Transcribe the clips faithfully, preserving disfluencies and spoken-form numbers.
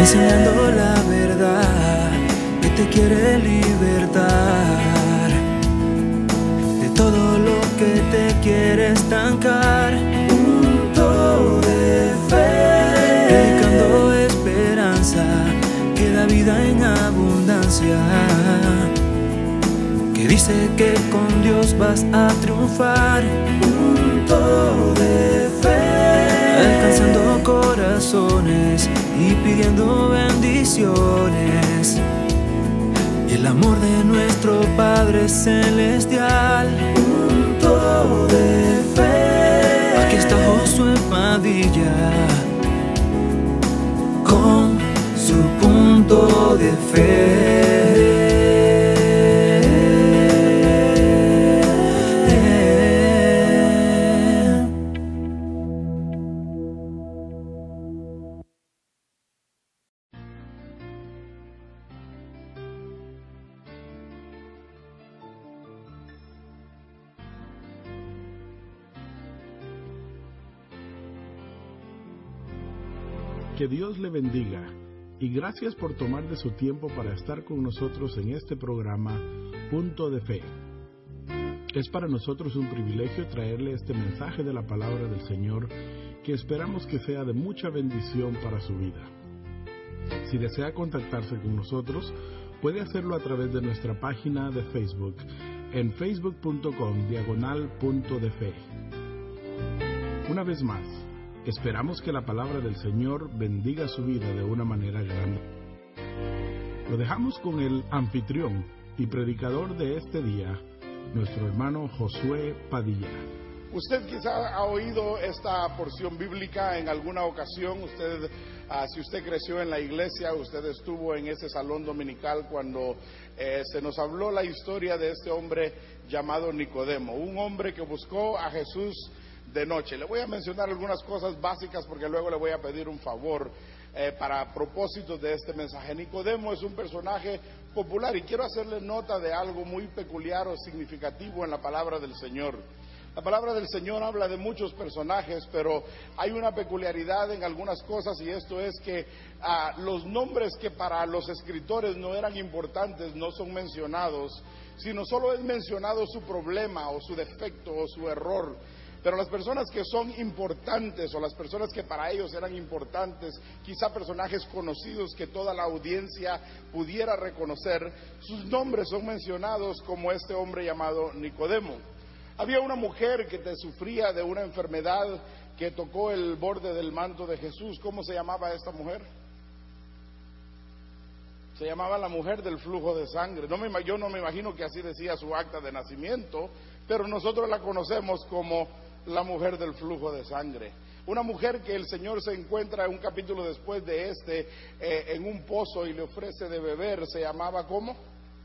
enseñando la verdad que te quiere libertar de todo lo que te quiere estancar. Punto de fe, predicando esperanza que da vida en abundancia, que dice que con Dios vas a triunfar. Punto de fe, alcanzando corazones y pidiendo bendiciones, y el amor de nuestro Padre Celestial. Punto de fe, aquí está Josué Padilla con su punto de fe. Que Dios le bendiga y gracias por tomar de su tiempo para estar con nosotros en este programa Punto de Fe. Es para nosotros un privilegio traerle este mensaje de la palabra del Señor que esperamos que sea de mucha bendición para su vida. Si desea contactarse con nosotros, puede hacerlo a través de nuestra página de Facebook en facebook punto com diagonal punto de fe. Una vez más, esperamos que la palabra del Señor bendiga su vida de una manera grande. Lo dejamos con el anfitrión y predicador de este día, nuestro hermano Josué Padilla. Usted quizá ha oído esta porción bíblica en alguna ocasión. Usted, uh, si usted creció en la iglesia, usted estuvo en ese salón dominical cuando eh, se nos habló la historia de este hombre llamado Nicodemo, un hombre que buscó a Jesús de noche. Le voy a mencionar algunas cosas básicas porque luego le voy a pedir un favor eh, para propósitos de este mensaje. Nicodemo es un personaje popular y quiero hacerle nota de algo muy peculiar o significativo en la palabra del Señor. La palabra del Señor habla de muchos personajes, pero hay una peculiaridad en algunas cosas, y esto es que ah, los nombres que para los escritores no eran importantes no son mencionados, sino solo es mencionado su problema o su defecto o su error. Pero las personas que son importantes, o las personas que para ellos eran importantes, quizá personajes conocidos que toda la audiencia pudiera reconocer, sus nombres son mencionados, como este hombre llamado Nicodemo. Había una mujer que te sufría de una enfermedad que tocó el borde del manto de Jesús. ¿Cómo se llamaba esta mujer? Se llamaba la mujer del flujo de sangre. No me, yo no me imagino que así decía su acta de nacimiento, pero nosotros la conocemos como la mujer del flujo de sangre. Una mujer que el Señor se encuentra un capítulo después de este eh, en un pozo y le ofrece de beber. Se llamaba ¿cómo?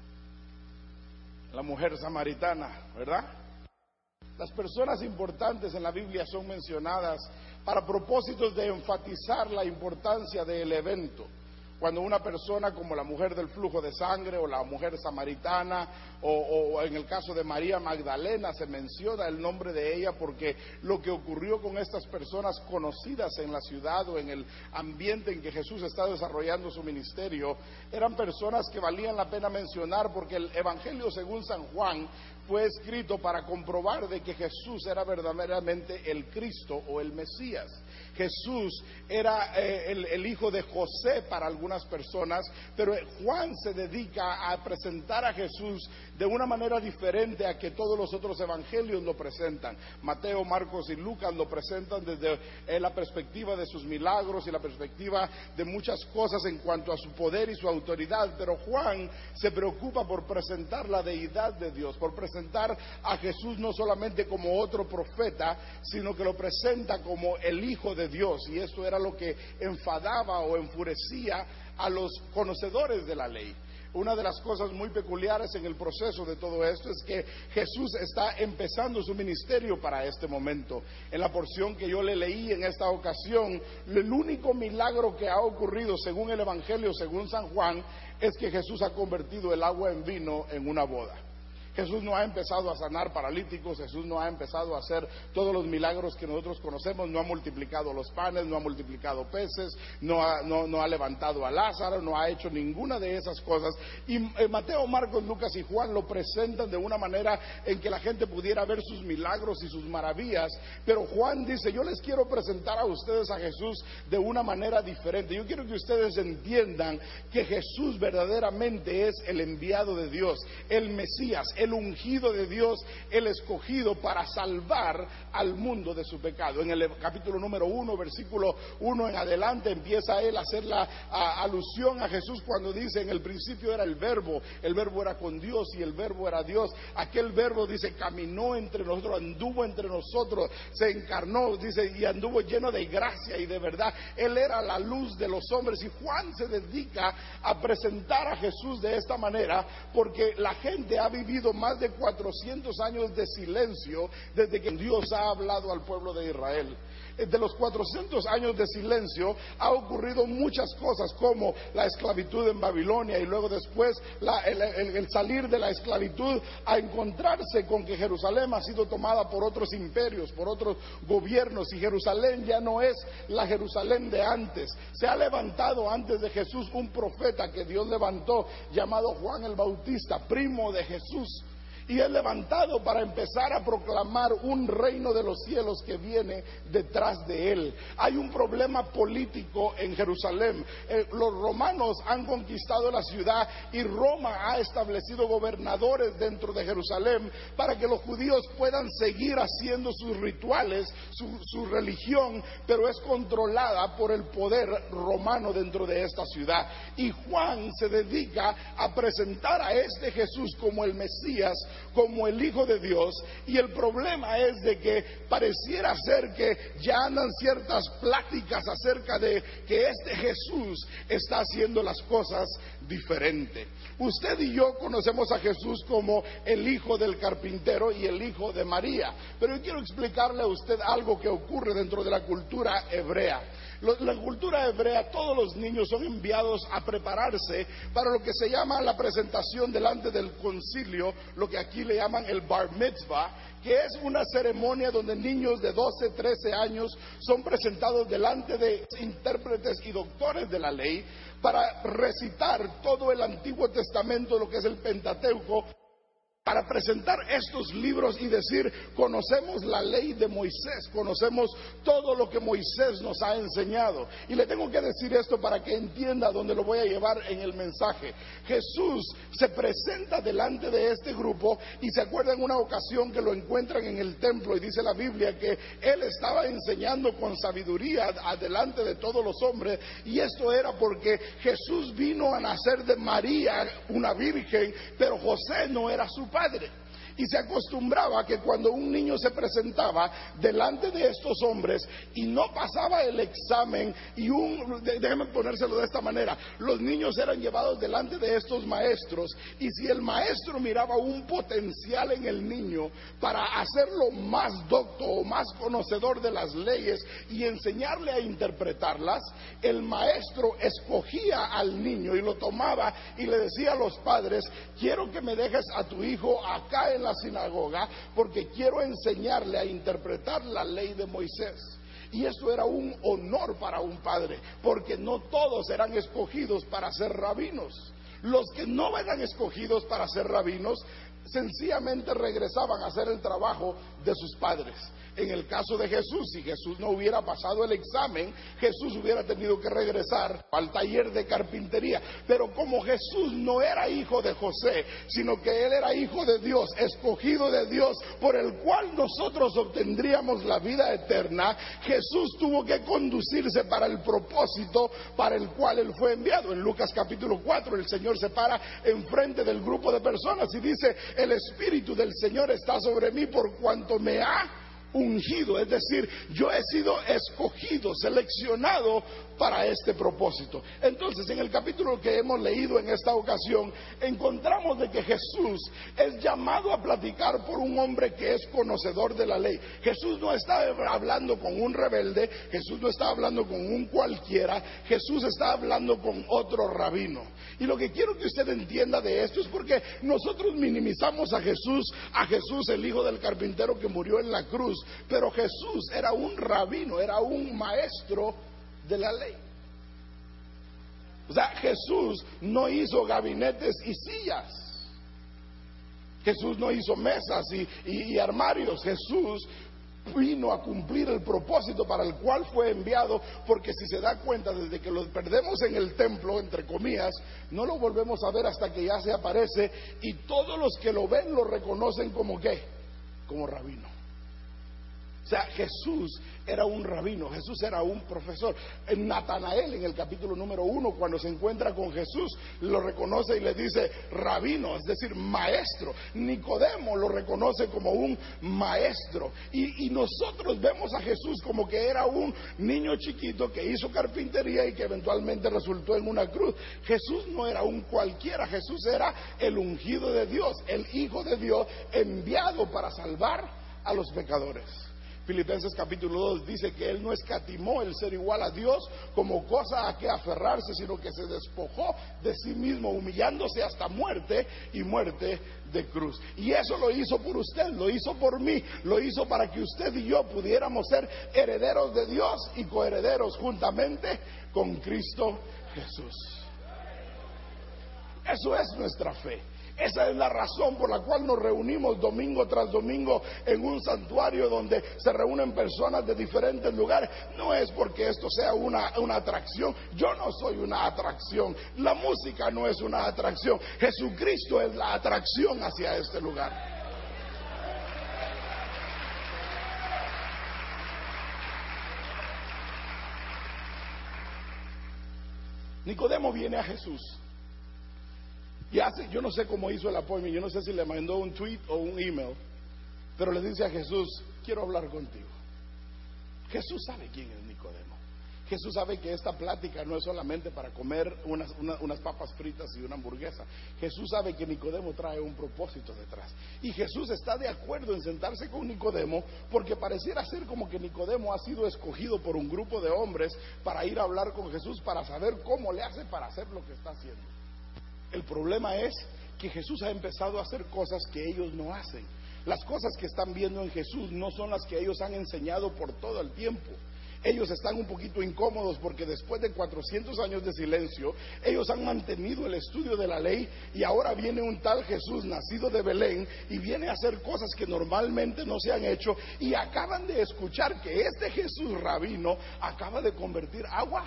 La mujer samaritana, ¿verdad? Las personas importantes en la Biblia son mencionadas para propósitos de enfatizar la importancia del evento. Cuando una persona como la mujer del flujo de sangre o la mujer samaritana o, o en el caso de María Magdalena se menciona el nombre de ella porque lo que ocurrió con estas personas conocidas en la ciudad o en el ambiente en que Jesús está desarrollando su ministerio eran personas que valían la pena mencionar, porque el Evangelio según San Juan fue escrito para comprobar de que Jesús era verdaderamente el Cristo o el Mesías. Jesús era eh, el, el hijo de José para algunas personas, pero Juan se dedica a presentar a Jesús de una manera diferente a que todos los otros evangelios lo presentan. Mateo, Marcos y Lucas lo presentan desde eh, la perspectiva de sus milagros y la perspectiva de muchas cosas en cuanto a su poder y su autoridad, pero Juan se preocupa por presentar la deidad de Dios, por presentar a Jesús no solamente como otro profeta, sino que lo presenta como el Hijo de Dios, y esto era lo que enfadaba o enfurecía a los conocedores de la ley. Una de las cosas muy peculiares en el proceso de todo esto es que Jesús está empezando su ministerio para este momento. En la porción que yo le leí en esta ocasión, el único milagro que ha ocurrido según el Evangelio, según San Juan, es que Jesús ha convertido el agua en vino en una boda. Jesús no ha empezado a sanar paralíticos, Jesús no ha empezado a hacer todos los milagros que nosotros conocemos, no ha multiplicado los panes, no ha multiplicado peces, no ha, no, no ha levantado a Lázaro, no ha hecho ninguna de esas cosas. Y eh, Mateo, Marcos, Lucas y Juan lo presentan de una manera en que la gente pudiera ver sus milagros y sus maravillas, pero Juan dice: yo les quiero presentar a ustedes a Jesús de una manera diferente. Yo quiero que ustedes entiendan que Jesús verdaderamente es el enviado de Dios, el Mesías, el ungido de Dios, el escogido para salvar al mundo de su pecado. En el capítulo número uno, versículo uno en adelante, empieza él a hacer la a, alusión a Jesús cuando dice: en el principio era el verbo, el verbo era con Dios y el verbo era Dios. Aquel verbo, dice, caminó entre nosotros, anduvo entre nosotros, se encarnó, dice, y anduvo lleno de gracia y de verdad. Él era la luz de los hombres. Y Juan se dedica a presentar a Jesús de esta manera porque la gente ha vivido más de cuatrocientos años de silencio desde que Dios ha hablado al pueblo de Israel. De los cuatrocientos años de silencio ha ocurrido muchas cosas, como la esclavitud en Babilonia y luego después la, el, el, el salir de la esclavitud a encontrarse con que Jerusalén ha sido tomada por otros imperios, por otros gobiernos, y Jerusalén ya no es la Jerusalén de antes. Se ha levantado antes de Jesús un profeta que Dios levantó, llamado Juan el Bautista, primo de Jesús. Y es levantado para empezar a proclamar un reino de los cielos que viene detrás de él. Hay un problema político en Jerusalén. Eh, los romanos han conquistado la ciudad y Roma ha establecido gobernadores dentro de Jerusalén para que los judíos puedan seguir haciendo sus rituales, su, su religión, pero es controlada por el poder romano dentro de esta ciudad. Y Juan se dedica a presentar a este Jesús como el Mesías, como el Hijo de Dios, y el problema es de que pareciera ser que ya andan ciertas pláticas acerca de que este Jesús está haciendo las cosas diferente. Usted y yo conocemos a Jesús como el hijo del carpintero y el hijo de María, pero yo quiero explicarle a usted algo que ocurre dentro de la cultura hebrea. La cultura hebrea, todos los niños son enviados a prepararse para lo que se llama la presentación delante del concilio, lo que aquí le llaman el bar mitzvah, que es una ceremonia donde niños de doce, trece años son presentados delante de intérpretes y doctores de la ley para recitar todo el Antiguo Testamento, lo que es el Pentateuco, para presentar estos libros y decir: conocemos la ley de Moisés, conocemos todo lo que Moisés nos ha enseñado. Y le tengo que decir esto para que entienda dónde lo voy a llevar en el mensaje. Jesús se presenta delante de este grupo y se acuerda en una ocasión que lo encuentran en el templo y dice la Biblia que él estaba enseñando con sabiduría adelante de todos los hombres, y esto era porque Jesús vino a nacer de María, una virgen, pero José no era su padre. Padre. Y se acostumbraba que cuando un niño se presentaba delante de estos hombres y no pasaba el examen, y un, déjenme ponérselo de esta manera, los niños eran llevados delante de estos maestros, y si el maestro miraba un potencial en el niño para hacerlo más docto o más conocedor de las leyes y enseñarle a interpretarlas, el maestro escogía al niño y lo tomaba y le decía a los padres: quiero que me dejes a tu hijo acá en la sinagoga porque quiero enseñarle a interpretar la ley de Moisés. Y eso era un honor para un padre, porque no todos eran escogidos para ser rabinos. Los que no eran escogidos para ser rabinos sencillamente regresaban a hacer el trabajo de sus padres. En el caso de Jesús, si Jesús no hubiera pasado el examen, Jesús hubiera tenido que regresar al taller de carpintería. Pero como Jesús no era hijo de José, sino que él era hijo de Dios, escogido de Dios, por el cual nosotros obtendríamos la vida eterna, Jesús tuvo que conducirse para el propósito para el cual él fue enviado. En Lucas capítulo cuatro, el Señor se para enfrente del grupo de personas y dice: el Espíritu del Señor está sobre mí por cuanto me ha ungido, es decir, yo he sido escogido, seleccionado para este propósito. Entonces, en el capítulo que hemos leído en esta ocasión, encontramos de que Jesús es llamado a platicar por un hombre que es conocedor de la ley. Jesús no está hablando con un rebelde, Jesús no está hablando con un cualquiera, Jesús está hablando con otro rabino. Y lo que quiero que usted entienda de esto es porque nosotros minimizamos a Jesús, a Jesús el hijo del carpintero que murió en la cruz, pero Jesús era un rabino, era un maestro de la ley. O sea, Jesús no hizo gabinetes y sillas, Jesús no hizo mesas y, y, y armarios. Jesús vino a cumplir el propósito para el cual fue enviado, porque si se da cuenta, desde que lo perdemos en el templo, entre comillas, no lo volvemos a ver hasta que ya se aparece, y todos los que lo ven lo reconocen como ¿qué? Como rabino. O sea, Jesús era un rabino, Jesús era un profesor. En Natanael, en el capítulo número uno, cuando se encuentra con Jesús, lo reconoce y le dice rabino, es decir, maestro. Nicodemo lo reconoce como un maestro. Y, y nosotros vemos a Jesús como que era un niño chiquito que hizo carpintería y que eventualmente resultó en una cruz. Jesús no era un cualquiera, Jesús era el ungido de Dios, el Hijo de Dios, enviado para salvar a los pecadores. Filipenses capítulo dos dice que Él no escatimó el ser igual a Dios como cosa a que aferrarse, sino que se despojó de sí mismo, humillándose hasta muerte y muerte de cruz. Y eso lo hizo por usted, lo hizo por mí, lo hizo para que usted y yo pudiéramos ser herederos de Dios y coherederos juntamente con Cristo Jesús. Eso es nuestra fe. Esa es la razón por la cual nos reunimos domingo tras domingo en un santuario donde se reúnen personas de diferentes lugares. No es porque esto sea una, una atracción. Yo no soy una atracción. La música no es una atracción. Jesucristo es la atracción hacia este lugar. Nicodemo viene a Jesús. Y hace, yo no sé cómo hizo el appointment, yo no sé si le mandó un tweet o un email, pero le dice a Jesús, quiero hablar contigo. Jesús sabe quién es Nicodemo. Jesús sabe que esta plática no es solamente para comer unas, una, unas papas fritas y una hamburguesa. Jesús sabe que Nicodemo trae un propósito detrás. Y Jesús está de acuerdo en sentarse con Nicodemo, porque pareciera ser como que Nicodemo ha sido escogido por un grupo de hombres para ir a hablar con Jesús, para saber cómo le hace para hacer lo que está haciendo. El problema es que Jesús ha empezado a hacer cosas que ellos no hacen. Las cosas que están viendo en Jesús no son las que ellos han enseñado por todo el tiempo. Ellos están un poquito incómodos porque después de cuatrocientos años de silencio, ellos han mantenido el estudio de la ley, y ahora viene un tal Jesús nacido de Belén y viene a hacer cosas que normalmente no se han hecho, y acaban de escuchar que este Jesús rabino acaba de convertir agua.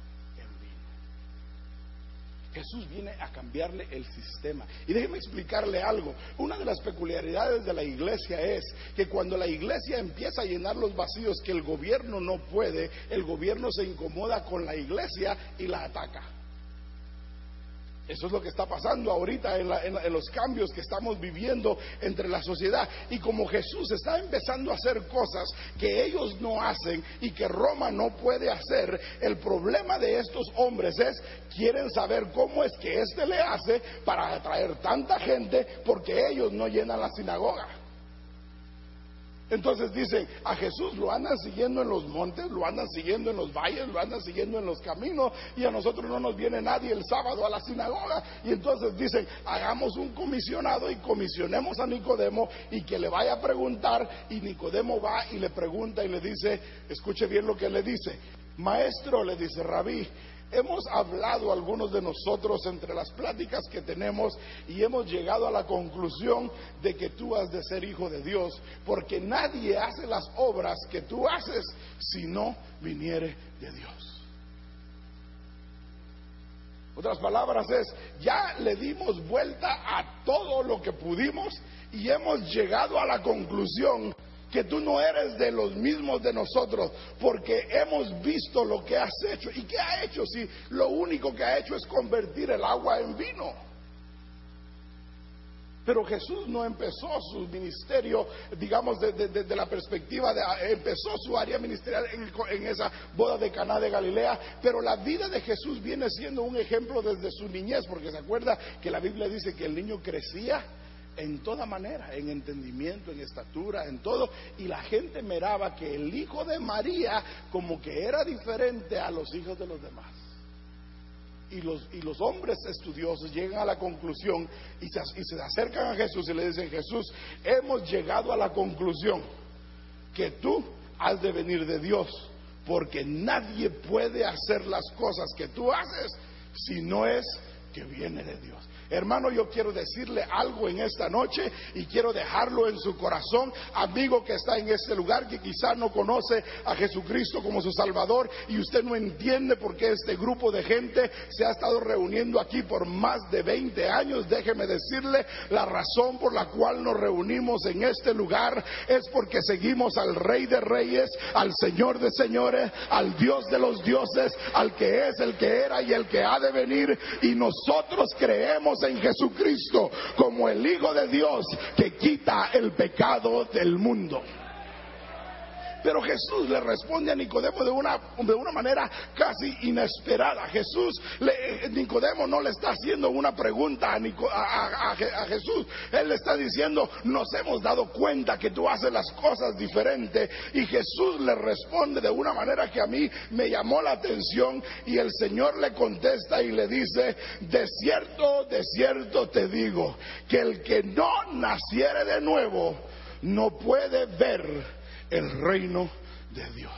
Jesús viene a cambiarle el sistema. Y déjeme explicarle algo. Una de las peculiaridades de la iglesia es que cuando la iglesia empieza a llenar los vacíos que el gobierno no puede, el gobierno se incomoda con la iglesia y la ataca. Eso es lo que está pasando ahorita en, la, en, la, en los cambios que estamos viviendo entre la sociedad. Y como Jesús está empezando a hacer cosas que ellos no hacen y que Roma no puede hacer, el problema de estos hombres es, quieren saber cómo es que éste le hace para atraer tanta gente, porque ellos no llenan la sinagoga. Entonces dicen, a Jesús lo andan siguiendo en los montes, lo andan siguiendo en los valles, lo andan siguiendo en los caminos, y a nosotros no nos viene nadie el sábado a la sinagoga. Y entonces dicen, hagamos un comisionado y comisionemos a Nicodemo y que le vaya a preguntar. Y Nicodemo va y le pregunta y le dice, escuche bien lo que le dice. Maestro, le dice, rabí, hemos hablado algunos de nosotros entre las pláticas que tenemos y hemos llegado a la conclusión de que tú has de ser hijo de Dios, porque nadie hace las obras que tú haces si no viniere de Dios. Otras palabras es, ya le dimos vuelta a todo lo que pudimos y hemos llegado a la conclusión que tú no eres de los mismos de nosotros, porque hemos visto lo que has hecho. ¿Y qué ha hecho? Si lo único que ha hecho es convertir el agua en vino. Pero Jesús no empezó su ministerio, digamos, desde de, de, de la perspectiva de, empezó su área ministerial en, en esa boda de Caná de Galilea, pero la vida de Jesús viene siendo un ejemplo desde su niñez, porque se acuerda que la Biblia dice que el niño crecía en toda manera, en entendimiento, en estatura, en todo, y la gente miraba que el hijo de María como que era diferente a los hijos de los demás. Y los, y los hombres estudiosos llegan a la conclusión y se, y se acercan a Jesús y le dicen: Jesús, hemos llegado a la conclusión que tú has de venir de Dios, porque nadie puede hacer las cosas que tú haces si no es que viene de Dios. Hermano, yo quiero decirle algo en esta noche y quiero dejarlo en su corazón, amigo que está en este lugar, que quizás no conoce a Jesucristo como su Salvador y usted no entiende por qué este grupo de gente se ha estado reuniendo aquí por más de veinte años. Déjeme decirle, la razón por la cual nos reunimos en este lugar es porque seguimos al Rey de Reyes, al Señor de Señores, al Dios de los dioses, al que es, el que era y el que ha de venir, y nosotros creemos en Jesucristo como el Hijo de Dios que quita el pecado del mundo. Pero Jesús le responde a Nicodemo de una, de una manera casi inesperada. Jesús, le, Nicodemo no le está haciendo una pregunta a, Nico, a, a, a Jesús. Él le está diciendo: nos hemos dado cuenta que tú haces las cosas diferente. Y Jesús le responde de una manera que a mí me llamó la atención. Y el Señor le contesta y le dice: de cierto, de cierto te digo, que el que no naciere de nuevo no puede ver el reino de Dios.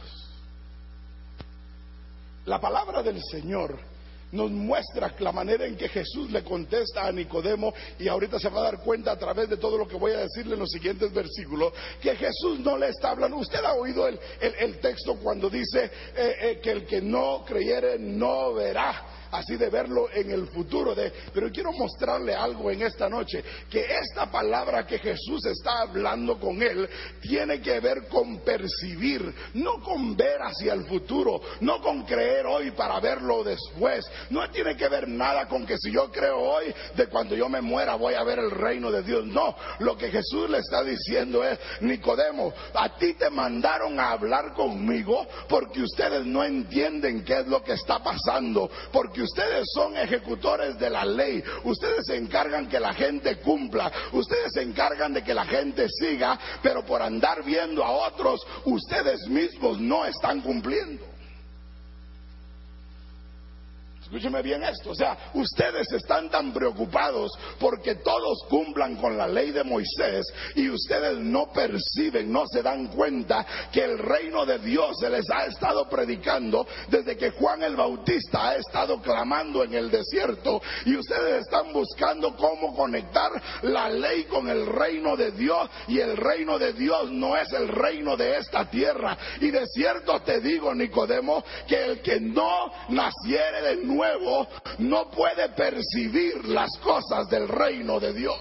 La palabra del Señor nos muestra la manera en que Jesús le contesta a Nicodemo, y ahorita se va a dar cuenta a través de todo lo que voy a decirle en los siguientes versículos, que Jesús no le está hablando. Usted ha oído el, el, el texto cuando dice eh, eh, que el que no creyere no verá, así de verlo en el futuro. De, pero quiero mostrarle algo en esta noche, que esta palabra que Jesús está hablando con él tiene que ver con percibir, no con ver hacia el futuro, no con creer hoy para verlo después. No tiene que ver nada con que si yo creo hoy, de cuando yo me muera voy a ver el reino de Dios. No, lo que Jesús le está diciendo es: Nicodemo, a ti te mandaron a hablar conmigo porque ustedes no entienden qué es lo que está pasando, porque ustedes son ejecutores de la ley, ustedes se encargan que la gente cumpla, ustedes se encargan de que la gente siga, pero por andar viendo a otros, ustedes mismos no están cumpliendo. Escúcheme bien esto, o sea, ustedes están tan preocupados porque todos cumplan con la ley de Moisés, y ustedes no perciben, no se dan cuenta que el reino de Dios se les ha estado predicando desde que Juan el Bautista ha estado clamando en el desierto, y ustedes están buscando cómo conectar la ley con el reino de Dios, y el reino de Dios no es el reino de esta tierra. Y de cierto te digo, Nicodemo, que el que no naciere de nuevo no puede percibir las cosas del reino de Dios.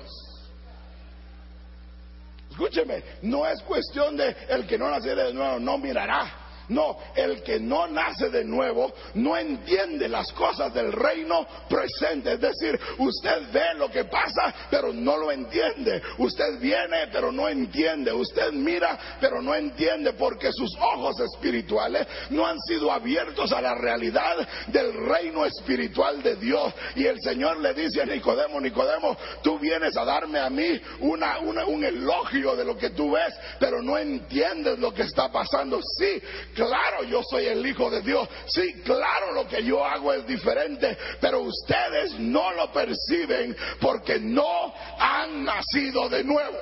Escúcheme, no es cuestión de el que no naciere de nuevo no mirará. No, el que no nace de nuevo no entiende las cosas del reino presente. Es decir, usted ve lo que pasa, pero no lo entiende. Usted viene, pero no entiende. Usted mira, pero no entiende, porque sus ojos espirituales no han sido abiertos a la realidad del reino espiritual de Dios. Y el Señor le dice a Nicodemo: Nicodemo, tú vienes a darme a mí una, una, un elogio de lo que tú ves, pero no entiendes lo que está pasando. Sí, claro, yo soy el Hijo de Dios. Sí, claro, lo que yo hago es diferente, pero ustedes no lo perciben porque no han nacido de nuevo.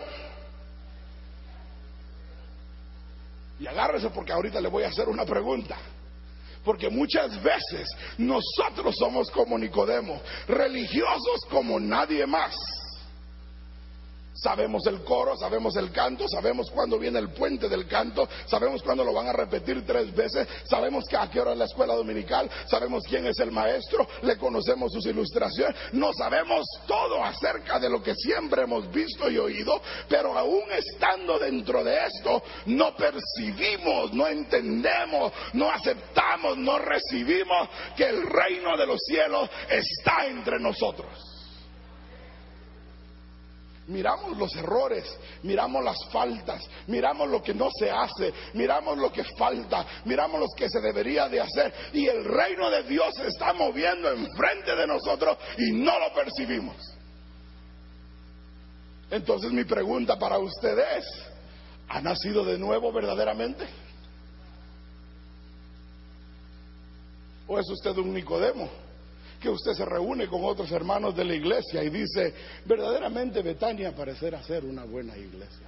Y agárrese, porque ahorita le voy a hacer una pregunta. Porque muchas veces nosotros somos como Nicodemo, religiosos como nadie más. Sabemos el coro, sabemos el canto, sabemos cuándo viene el puente del canto, sabemos cuándo lo van a repetir tres veces, sabemos que a qué hora es la escuela dominical, sabemos quién es el maestro, le conocemos sus ilustraciones, no sabemos todo acerca de lo que siempre hemos visto y oído, pero aún estando dentro de esto, no percibimos, no entendemos, no aceptamos, no recibimos que el reino de los cielos está entre nosotros. Miramos los errores, miramos las faltas, miramos lo que no se hace, miramos lo que falta, miramos lo que se debería de hacer, y el reino de Dios se está moviendo enfrente de nosotros y no lo percibimos. Entonces mi pregunta para usted es: ¿ha nacido de nuevo verdaderamente? ¿O es usted un Nicodemo, que usted se reúne con otros hermanos de la iglesia y dice, verdaderamente Betania parecerá ser una buena iglesia?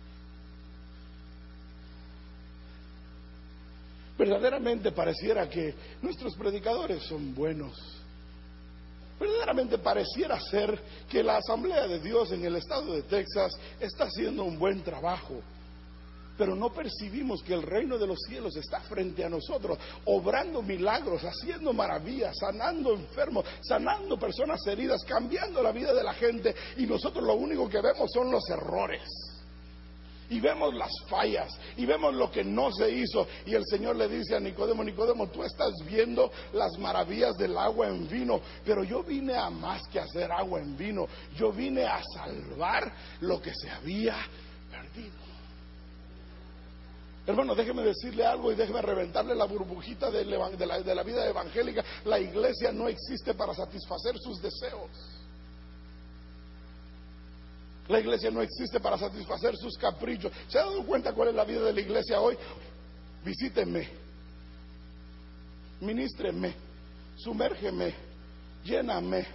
Verdaderamente pareciera que nuestros predicadores son buenos. Verdaderamente pareciera ser que la Asamblea de Dios en el estado de Texas está haciendo un buen trabajo. Pero no percibimos que el reino de los cielos está frente a nosotros, obrando milagros, haciendo maravillas, sanando enfermos, sanando personas heridas, cambiando la vida de la gente, y nosotros lo único que vemos son los errores, y vemos las fallas, y vemos lo que no se hizo. Y el Señor le dice a Nicodemo: Nicodemo, tú estás viendo las maravillas del agua en vino, pero yo vine a más que hacer agua en vino, yo vine a salvar lo que se había perdido. Hermano, déjeme decirle algo y déjeme reventarle la burbujita de la, de, la, de la vida evangélica. La iglesia no existe para satisfacer sus deseos. La iglesia no existe para satisfacer sus caprichos. ¿Se ha dado cuenta cuál es la vida de la iglesia hoy? Visíteme, ministreme, sumérgeme, lléname.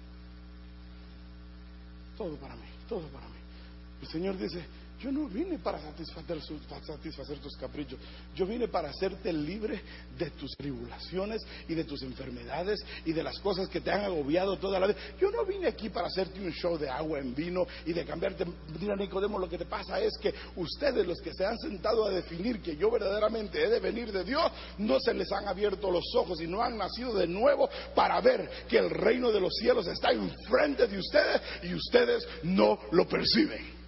Todo para mí, todo para mí. El Señor dice: yo no vine para satisfacer, para satisfacer tus caprichos. Yo vine para hacerte libre de tus tribulaciones y de tus enfermedades y de las cosas que te han agobiado toda la vida. Yo no vine aquí para hacerte un show de agua en vino y de cambiarte. Mira, Nicodemo, lo que te pasa es que ustedes, los que se han sentado a definir que yo verdaderamente he de venir de Dios, no se les han abierto los ojos y no han nacido de nuevo para ver que el reino de los cielos está enfrente de ustedes y ustedes no lo perciben.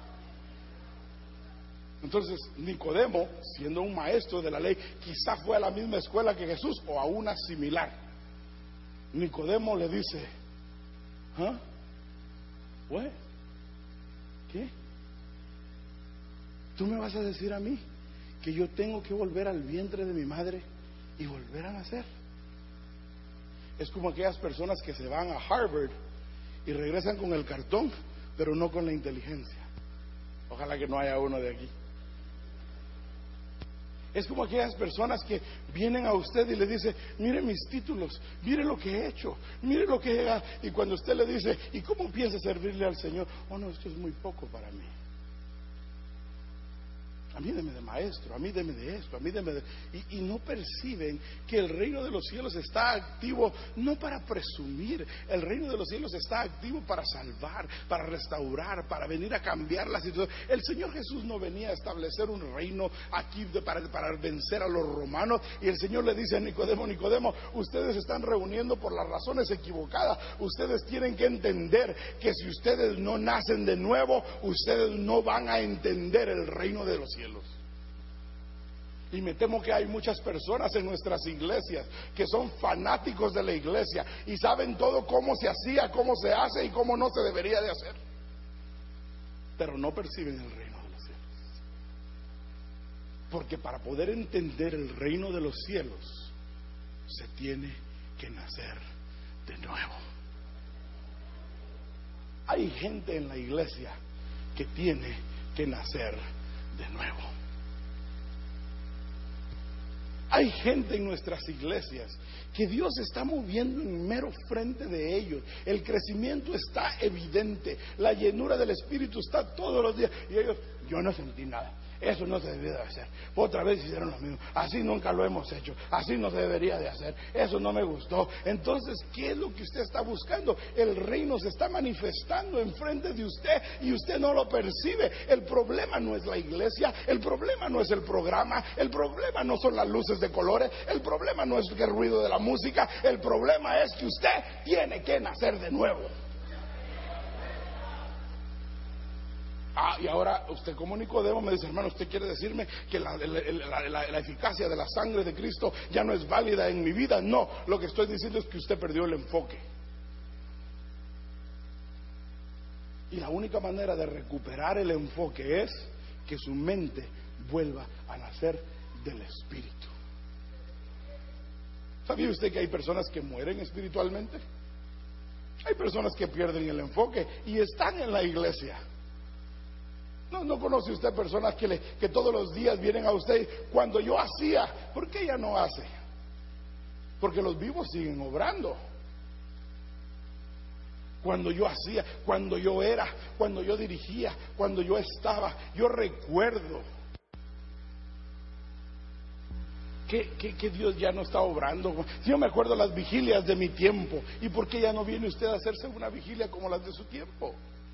Entonces Nicodemo, siendo un maestro de la ley, quizá fue a la misma escuela que Jesús o a una similar. Nicodemo le dice: ¿ah? ¿What? ¿Qué? ¿Tú me vas a decir a mí que yo tengo que volver al vientre de mi madre y volver a nacer? Es como aquellas personas que se van a Harvard y regresan con el cartón, pero no con la inteligencia. Ojalá que no haya uno de aquí. Es como aquellas personas que vienen a usted y le dicen: mire mis títulos, mire lo que he hecho, mire lo que he... Y cuando usted le dice: ¿y cómo piensa servirle al Señor? Oh, no, esto es muy poco para mí. A mí deme de maestro, a mí deme de esto, a mí deme de... Y, y no perciben que el reino de los cielos está activo no para presumir. El reino de los cielos está activo para salvar, para restaurar, para venir a cambiar la situación. El Señor Jesús no venía a establecer un reino aquí de, para, para vencer a los romanos. Y el Señor le dice a Nicodemo: Nicodemo, ustedes se están reuniendo por las razones equivocadas. Ustedes tienen que entender que si ustedes no nacen de nuevo, ustedes no van a entender el reino de los cielos. Y me temo que hay muchas personas en nuestras iglesias que son fanáticos de la iglesia y saben todo cómo se hacía, cómo se hace y cómo no se debería de hacer, pero no perciben el reino de los cielos. Porque para poder entender el reino de los cielos se tiene que nacer de nuevo. Hay gente en la iglesia que tiene que nacer de nuevo. Hay gente en nuestras iglesias que Dios está moviendo en mero frente de ellos. El crecimiento está evidente, la llenura del Espíritu está todos los días. Y ellos: yo no sentí nada, eso no se debía de hacer. Otra vez hicieron lo mismo, así nunca lo hemos hecho, así no se debería de hacer, eso no me gustó. Entonces, ¿qué es lo que usted está buscando? El reino se está manifestando enfrente de usted y usted no lo percibe. El problema no es la iglesia, el problema no es el programa, el problema no son las luces de colores, el problema no es el ruido de la música, el problema es que usted tiene que nacer de nuevo. Ah, y ahora usted como Nicodemo me dice: hermano, ¿usted quiere decirme que la, la, la, la, la eficacia de la sangre de Cristo ya no es válida en mi vida? No, lo que estoy diciendo es que usted perdió el enfoque. Y la única manera de recuperar el enfoque es que su mente vuelva a nacer del Espíritu. ¿Sabía usted que hay personas que mueren espiritualmente? Hay personas que pierden el enfoque y están en la iglesia. ¿No, no conoce usted personas que, le, que todos los días vienen a usted? Cuando yo hacía, ¿por qué ella no hace? Porque los vivos siguen obrando. Cuando yo hacía, cuando yo era, cuando yo dirigía, cuando yo estaba, yo recuerdo que, que, que Dios ya no está obrando. Yo me acuerdo las vigilias de mi tiempo. ¿Y por qué ya no viene usted a hacerse una vigilia como las de su tiempo?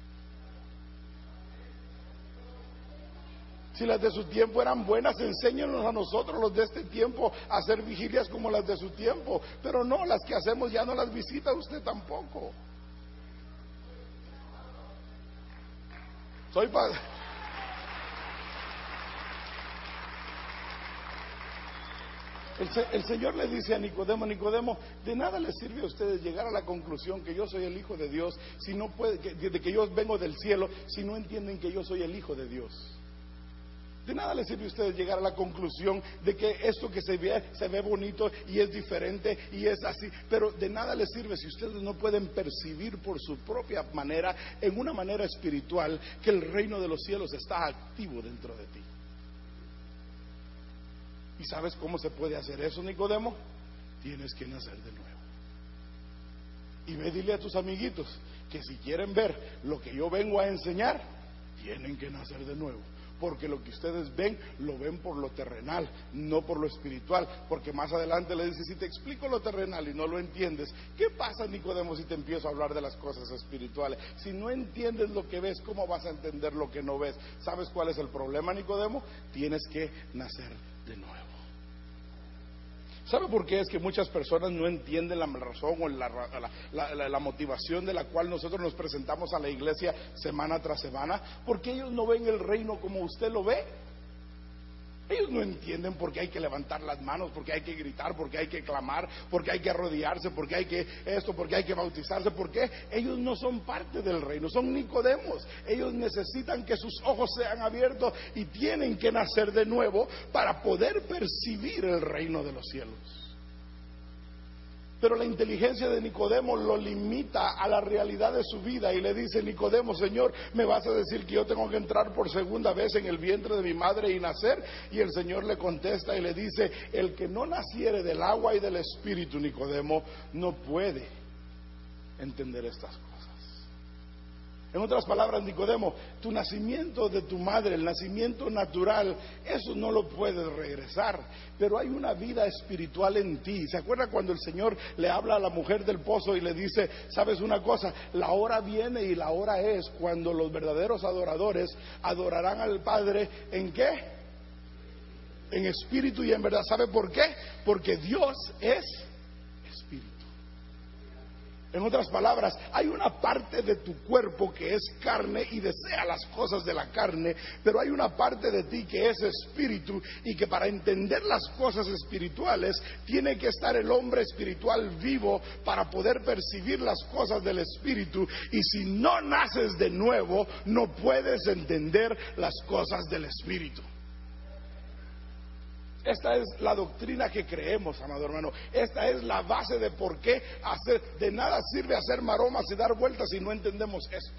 Si las de su tiempo eran buenas, enséñenos a nosotros los de este tiempo a hacer vigilias como las de su tiempo. Pero no, las que hacemos ya no las visita usted tampoco. Soy padre. El, el Señor le dice a Nicodemo, Nicodemo, de nada les sirve a ustedes llegar a la conclusión que yo soy el Hijo de Dios, si no puede, que, de que yo vengo del cielo, si no entienden que yo soy el Hijo de Dios. De nada les sirve a ustedes llegar a la conclusión de que esto que se ve, se ve bonito y es diferente y es así, pero de nada les sirve si ustedes no pueden percibir por su propia manera, en una manera espiritual, que el reino de los cielos está activo dentro de ti. ¿Y sabes cómo se puede hacer eso, Nicodemo? Tienes que nacer de nuevo. Y ve, dile a tus amiguitos que si quieren ver lo que yo vengo a enseñar, tienen que nacer de nuevo. Porque lo que ustedes ven, lo ven por lo terrenal, no por lo espiritual. Porque más adelante le dice, si te explico lo terrenal y no lo entiendes, ¿qué pasa, Nicodemo, si te empiezo a hablar de las cosas espirituales? Si no entiendes lo que ves, ¿cómo vas a entender lo que no ves? ¿Sabes cuál es el problema, Nicodemo? Tienes que nacer de nuevo. ¿Sabe por qué es que muchas personas no entienden la razón o la, la, la, la motivación de la cual nosotros nos presentamos a la iglesia semana tras semana? Porque ellos no ven el reino como usted lo ve. Ellos no entienden por qué hay que levantar las manos, por qué hay que gritar, por qué hay que clamar, por qué hay que arrodillarse, por qué hay que esto, por qué hay que bautizarse, por qué ellos no son parte del reino, son Nicodemos. Ellos necesitan que sus ojos sean abiertos y tienen que nacer de nuevo para poder percibir el reino de los cielos. Pero la inteligencia de Nicodemo lo limita a la realidad de su vida y le dice, Nicodemo, Señor, ¿me vas a decir que yo tengo que entrar por segunda vez en el vientre de mi madre y nacer? Y el Señor le contesta y le dice, el que no naciere del agua y del espíritu, Nicodemo, no puede entender estas cosas. En otras palabras, Nicodemo, tu nacimiento de tu madre, el nacimiento natural, eso no lo puedes regresar, pero hay una vida espiritual en ti. ¿Se acuerda cuando el Señor le habla a la mujer del pozo y le dice, sabes una cosa, la hora viene y la hora es cuando los verdaderos adoradores adorarán al Padre, ¿en qué? En espíritu y en verdad. ¿Sabe por qué? Porque Dios es espíritu. En otras palabras, hay una parte de tu cuerpo que es carne y desea las cosas de la carne, pero hay una parte de ti que es espíritu y que para entender las cosas espirituales tiene que estar el hombre espiritual vivo para poder percibir las cosas del espíritu, y si no naces de nuevo no puedes entender las cosas del espíritu. Esta es la doctrina que creemos, amado hermano. Esta es la base de por qué hacer, de nada sirve hacer maromas y dar vueltas si no entendemos esto.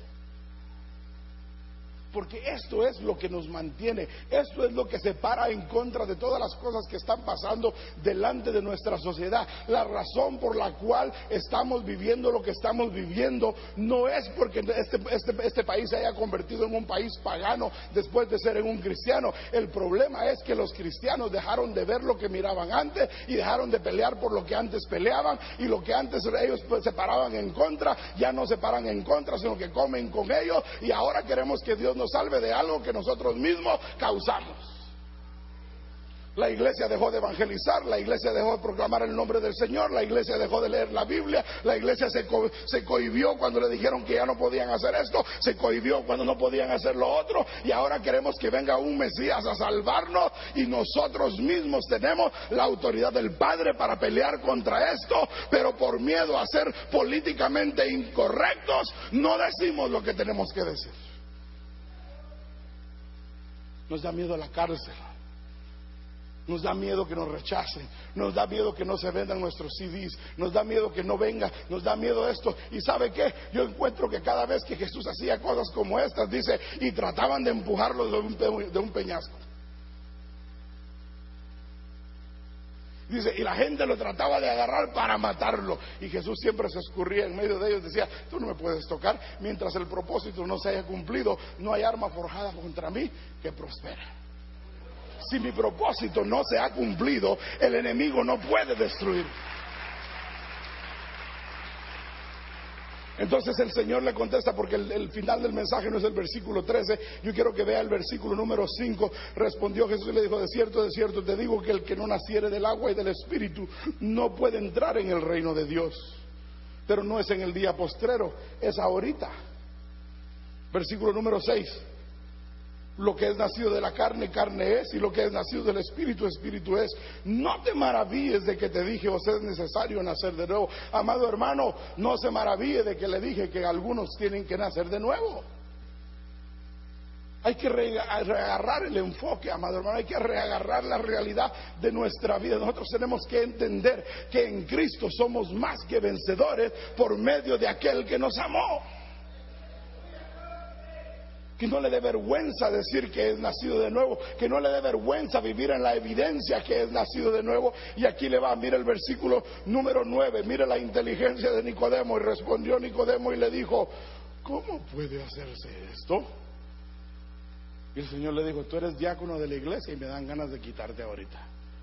Porque esto es lo que nos mantiene, esto es lo que se para en contra de todas las cosas que están pasando delante de nuestra sociedad. La razón por la cual estamos viviendo lo que estamos viviendo no es porque este, este, este país se haya convertido en un país pagano después de ser en un cristiano. El problema es que los cristianos dejaron de ver lo que miraban antes y dejaron de pelear por lo que antes peleaban, y lo que antes ellos se paraban en contra, ya no se paran en contra, sino que comen con ellos, y ahora queremos que Dios nos salve de algo que nosotros mismos causamos. La iglesia dejó de evangelizar, la iglesia dejó de proclamar el nombre del Señor, la iglesia dejó de leer la Biblia, la iglesia se, co se cohibió cuando le dijeron que ya no podían hacer esto, se cohibió cuando no podían hacer lo otro, y ahora queremos que venga un Mesías a salvarnos, y nosotros mismos tenemos la autoridad del Padre para pelear contra esto, pero por miedo a ser políticamente incorrectos, no decimos lo que tenemos que decir. Nos da miedo la cárcel. Nos da miedo que nos rechacen, nos da miedo que no se vendan nuestros C Ds, nos da miedo que no venga, nos da miedo esto. Y ¿sabe qué? Yo encuentro que cada vez que Jesús hacía cosas como estas, dice, y trataban de empujarlo de un, de un peñasco. Dice, y la gente lo trataba de agarrar para matarlo. Y Jesús siempre se escurría en medio de ellos, decía, tú no me puedes tocar, mientras el propósito no se haya cumplido, no hay arma forjada contra mí que prospere. Si mi propósito no se ha cumplido, el enemigo no puede destruir. Entonces el Señor le contesta, porque el, el final del mensaje no es el versículo trece. Yo quiero que vea el versículo número cinco. Respondió Jesús y le dijo, de cierto, de cierto te digo que el que no naciere del agua y del Espíritu no puede entrar en el reino de Dios. Pero no es en el día postrero, es ahorita. Versículo número seis. Lo que es nacido de la carne, carne es, y lo que es nacido del Espíritu, Espíritu es. No te maravilles de que te dije, os es necesario nacer de nuevo. Amado hermano, no se maraville de que le dije que algunos tienen que nacer de nuevo. Hay que reagarrar el enfoque, amado hermano, hay que reagarrar la realidad de nuestra vida. Nosotros tenemos que entender que en Cristo somos más que vencedores por medio de aquel que nos amó. Que no le dé vergüenza decir que es nacido de nuevo, que no le dé vergüenza vivir en la evidencia que es nacido de nuevo. Y aquí le va, mire el versículo número nueve, mire la inteligencia de Nicodemo. Y respondió Nicodemo y le dijo, ¿cómo puede hacerse esto? Y el Señor le dijo, tú eres diácono de la iglesia y me dan ganas de quitarte ahorita.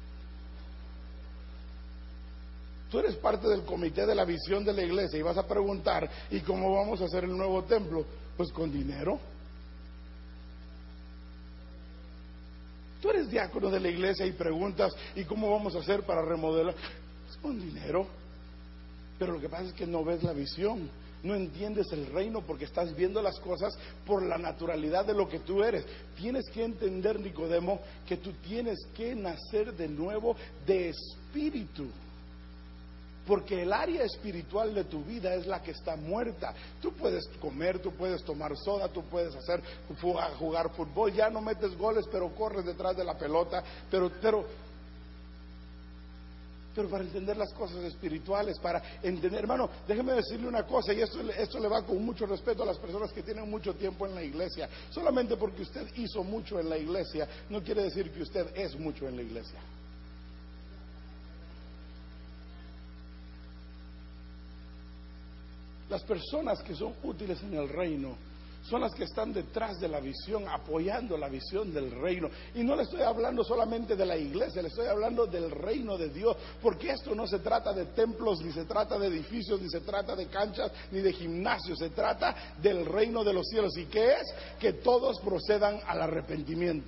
Tú eres parte del comité de la visión de la iglesia y vas a preguntar, ¿y cómo vamos a hacer el nuevo templo? Pues con dinero. Tú eres diácono de la iglesia y preguntas, ¿y cómo vamos a hacer para remodelar? Pues con dinero. Pero lo que pasa es que no ves la visión, no entiendes el reino porque estás viendo las cosas por la naturalidad de lo que tú eres. Tienes que entender, Nicodemo, que tú tienes que nacer de nuevo de espíritu. Porque el área espiritual de tu vida es la que está muerta. Tú puedes comer, tú puedes tomar soda, tú puedes hacer jugar fútbol, ya no metes goles, pero corres detrás de la pelota. Pero, pero, pero para entender las cosas espirituales, para entender, hermano, déjeme decirle una cosa, y esto, esto le va con mucho respeto a las personas que tienen mucho tiempo en la iglesia. Solamente porque usted hizo mucho en la iglesia, no quiere decir que usted es mucho en la iglesia. Las personas que son útiles en el reino son las que están detrás de la visión, apoyando la visión del reino. Y no le estoy hablando solamente de la iglesia, le estoy hablando del reino de Dios, porque esto no se trata de templos, ni se trata de edificios, ni se trata de canchas, ni de gimnasios, se trata del reino de los cielos. ¿Y qué es? Que todos procedan al arrepentimiento.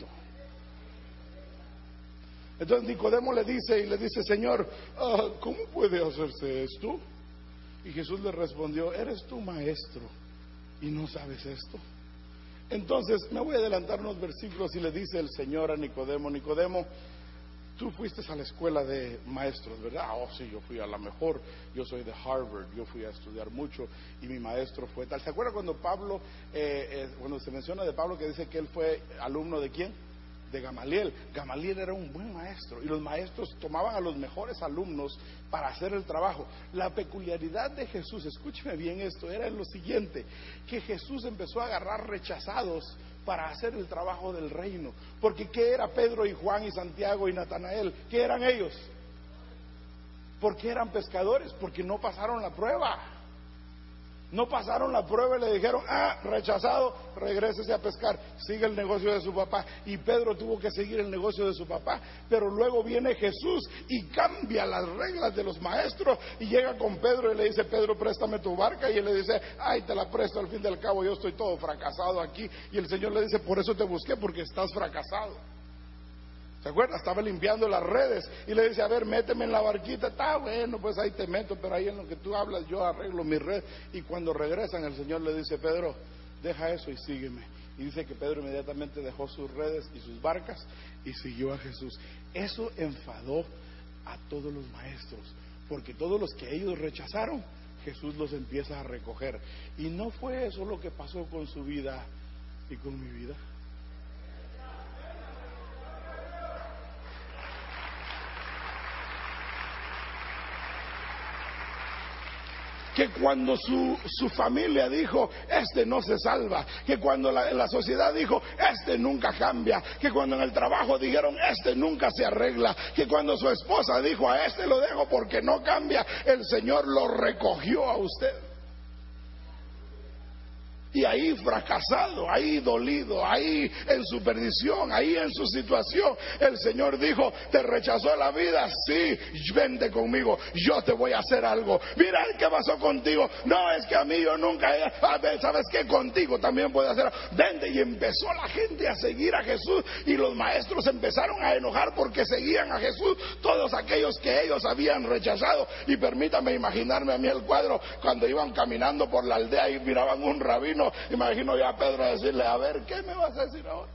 Entonces Nicodemo le dice, y le dice, Señor, uh, ¿cómo puede hacerse esto? Y Jesús le respondió, ¿eres tú maestro y no sabes esto? Entonces me voy a adelantar unos versículos y le dice el Señor a Nicodemo, Nicodemo, tú fuiste a la escuela de maestros, ¿verdad? Oh, sí, yo fui a la mejor, yo soy de Harvard, yo fui a estudiar mucho y mi maestro fue tal. ¿Se acuerda cuando Pablo, eh, eh, cuando se menciona de Pablo que dice que él fue alumno de quién? De Gamaliel. Gamaliel era un buen maestro y los maestros tomaban a los mejores alumnos para hacer el trabajo. La peculiaridad de Jesús, escúcheme bien esto, era lo siguiente, que Jesús empezó a agarrar rechazados para hacer el trabajo del reino. Porque ¿qué era Pedro y Juan y Santiago y Natanael? ¿Qué eran ellos? ¿Por qué eran pescadores? Porque no pasaron la prueba. No pasaron la prueba y le dijeron, ah, rechazado, regrésese a pescar, sigue el negocio de su papá. Y Pedro tuvo que seguir el negocio de su papá. Pero luego viene Jesús y cambia las reglas de los maestros y llega con Pedro y le dice, Pedro, préstame tu barca. Y él le dice, ay, te la presto, al fin del cabo yo estoy todo fracasado aquí. Y el Señor le dice, por eso te busqué, porque estás fracasado. ¿Se acuerda? Estaba limpiando las redes y le dice, a ver, méteme en la barquita. Está bueno, pues ahí te meto, pero ahí en lo que tú hablas yo arreglo mi red. Y cuando regresan, el Señor le dice, Pedro, deja eso y sígueme. Y dice que Pedro inmediatamente dejó sus redes y sus barcas y siguió a Jesús. Eso enfadó a todos los maestros, porque todos los que ellos rechazaron, Jesús los empieza a recoger. Y no fue eso lo que pasó con su vida y con mi vida. Que cuando su, su familia dijo, este no se salva, que cuando la, la sociedad dijo, este nunca cambia, que cuando en el trabajo dijeron, este nunca se arregla, que cuando su esposa dijo, a este lo dejo porque no cambia, el Señor lo recogió a usted. Y ahí fracasado, ahí dolido, ahí en su perdición, ahí en su situación, el Señor dijo, te rechazó la vida, sí, vente conmigo, yo te voy a hacer algo. Mira qué pasó contigo. No, es que a mí yo nunca, a ver, ¿sabes qué? Contigo también puedo hacer. Vente. Y empezó la gente a seguir a Jesús y los maestros empezaron a enojar porque seguían a Jesús, todos aquellos que ellos habían rechazado. Y permítame imaginarme a mí el cuadro cuando iban caminando por la aldea y miraban un rabino. Imagino yo a Pedro decirle, a ver, ¿qué me vas a decir ahora?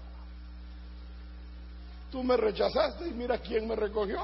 Tú me rechazaste y mira quién me recogió.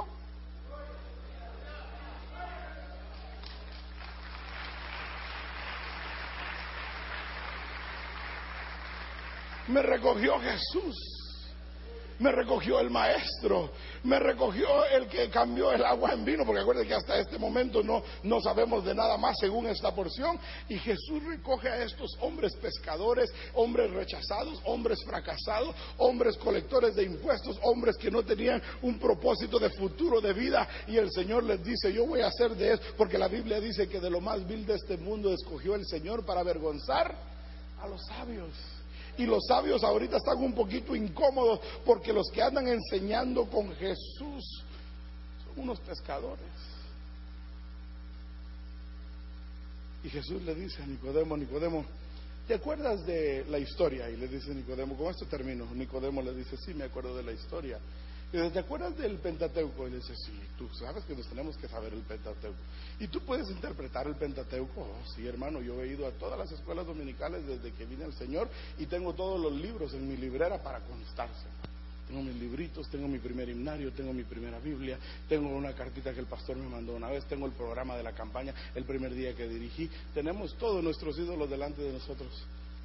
Me recogió Jesús. Me recogió el maestro, me recogió el que cambió el agua en vino, porque acuérdense que hasta este momento no, no sabemos de nada más según esta porción. Y Jesús recoge a estos hombres pescadores, hombres rechazados, hombres fracasados, hombres colectores de impuestos, hombres que no tenían un propósito de futuro, de vida. Y el Señor les dice, yo voy a hacer de eso, porque la Biblia dice que de lo más vil de este mundo escogió el Señor para avergonzar a los sabios. Y los sabios ahorita están un poquito incómodos porque los que andan enseñando con Jesús son unos pescadores. Y Jesús le dice a Nicodemo, Nicodemo, ¿te acuerdas de la historia? Y le dice Nicodemo, con esto termino. Nicodemo le dice, sí, me acuerdo de la historia. Y dice, ¿te acuerdas del Pentateuco? Y le dice, sí, tú sabes que nos tenemos que saber el Pentateuco. ¿Y tú puedes interpretar el Pentateuco? Oh, sí, hermano, yo he ido a todas las escuelas dominicales desde que vine al Señor y tengo todos los libros en mi librera para constarse. Tengo mis libritos, tengo mi primer himnario, tengo mi primera Biblia, tengo una cartita que el pastor me mandó una vez, tengo el programa de la campaña el primer día que dirigí. Tenemos todos nuestros ídolos delante de nosotros.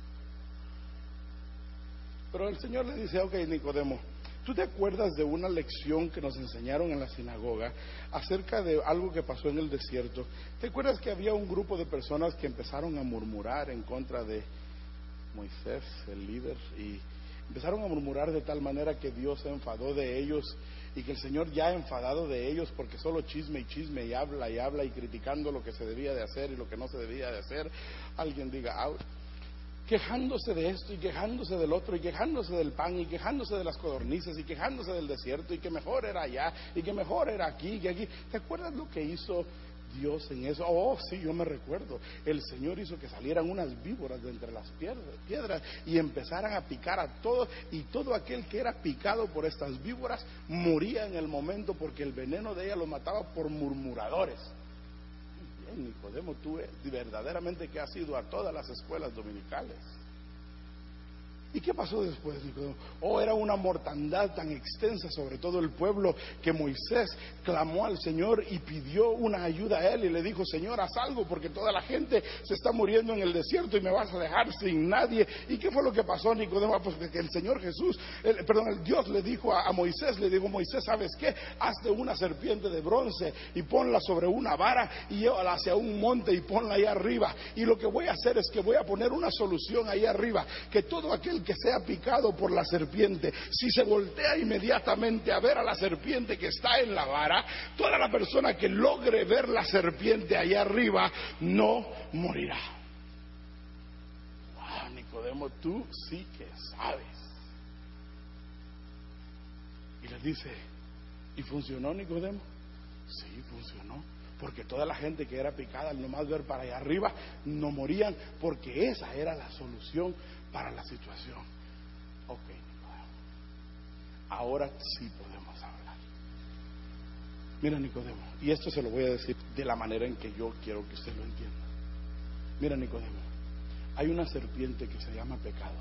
Pero el Señor le dice, ok, Nicodemo, ¿tú te acuerdas de una lección que nos enseñaron en la sinagoga acerca de algo que pasó en el desierto? ¿Te acuerdas que había un grupo de personas que empezaron a murmurar en contra de Moisés, el líder, y empezaron a murmurar de tal manera que Dios se enfadó de ellos y que el Señor ya enfadado de ellos porque solo chisme y chisme y habla y habla y criticando lo que se debía de hacer y lo que no se debía de hacer? Alguien diga, ¡au! Quejándose de esto y quejándose del otro y quejándose del pan y quejándose de las codornices y quejándose del desierto y que mejor era allá y que mejor era aquí y aquí. ¿Te acuerdas lo que hizo Dios en eso? Oh, sí, yo me recuerdo. El Señor hizo que salieran unas víboras de entre las piedras y empezaran a picar a todos, y todo aquel que era picado por estas víboras moría en el momento porque el veneno de ellas lo mataba por murmuradores. Nicodemo, tú verdaderamente que has ido a todas las escuelas dominicales. ¿Y qué pasó después, Nicodemo? Oh, era una mortandad tan extensa sobre todo el pueblo que Moisés clamó al Señor y pidió una ayuda a él y le dijo, Señor, haz algo porque toda la gente se está muriendo en el desierto y me vas a dejar sin nadie. ¿Y qué fue lo que pasó, Nicodemo? Pues que el Señor Jesús, el, perdón, el Dios le dijo a, a Moisés, le dijo, Moisés, ¿sabes qué? Hazte una serpiente de bronce y ponla sobre una vara y llévala hacia un monte y ponla ahí arriba. Y lo que voy a hacer es que voy a poner una solución ahí arriba, que todo aquel que sea picado por la serpiente, si se voltea inmediatamente a ver a la serpiente que está en la vara, toda la persona que logre ver la serpiente allá arriba no morirá. Wow, Nicodemo, tú sí que sabes. Y le dice, ¿y funcionó, Nicodemo? Sí, funcionó. Porque toda la gente que era picada al nomás ver para allá arriba no morían, porque esa era la solución para la situación. Ok, ahora sí podemos Mira, Nicodemo, y esto se lo voy a decir de la manera en que yo quiero que usted lo entienda. Mira, Nicodemo, hay una serpiente que se llama pecado.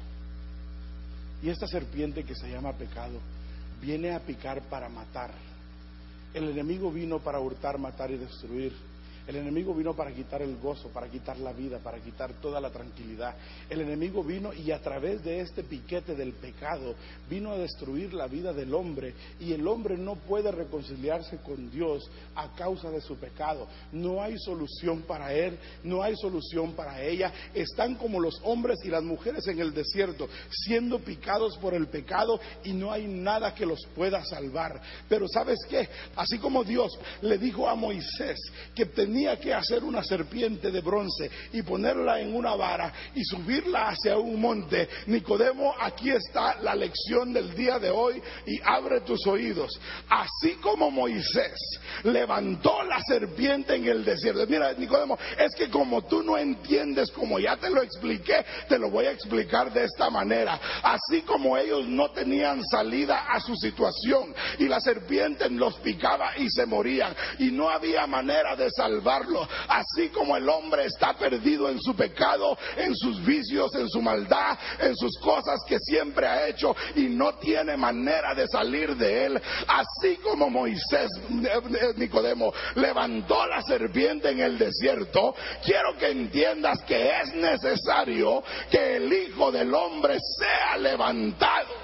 Y esta serpiente que se llama pecado viene a picar para matar. El enemigo vino para hurtar, matar y destruir. El enemigo vino para quitar el gozo, para quitar la vida, para quitar toda la tranquilidad. El enemigo vino y a través de este piquete del pecado vino a destruir la vida del hombre, y el hombre no puede reconciliarse con Dios a causa de su pecado. No hay solución para él, no hay solución para ella. Están como los hombres y las mujeres en el desierto, siendo picados por el pecado, y no hay nada que los pueda salvar. Pero ¿sabes qué? Así como Dios le dijo a Moisés que tenía que hacer una serpiente de bronce y ponerla en una vara y subirla hacia un monte, Nicodemo, aquí está la lección del día de hoy, y abre tus oídos. Así como Moisés levantó la serpiente en el desierto. Mira, Nicodemo, es que como tú no entiendes, como ya te lo expliqué, te lo voy a explicar de esta manera. Así como ellos no tenían salida a su situación y la serpiente los picaba y se morían y no había manera de salvar, así como el hombre está perdido en su pecado, en sus vicios, en su maldad, en sus cosas que siempre ha hecho y no tiene manera de salir de él, así como Moisés, Nicodemo, levantó la serpiente en el desierto, quiero que entiendas que es necesario que el Hijo del Hombre sea levantado.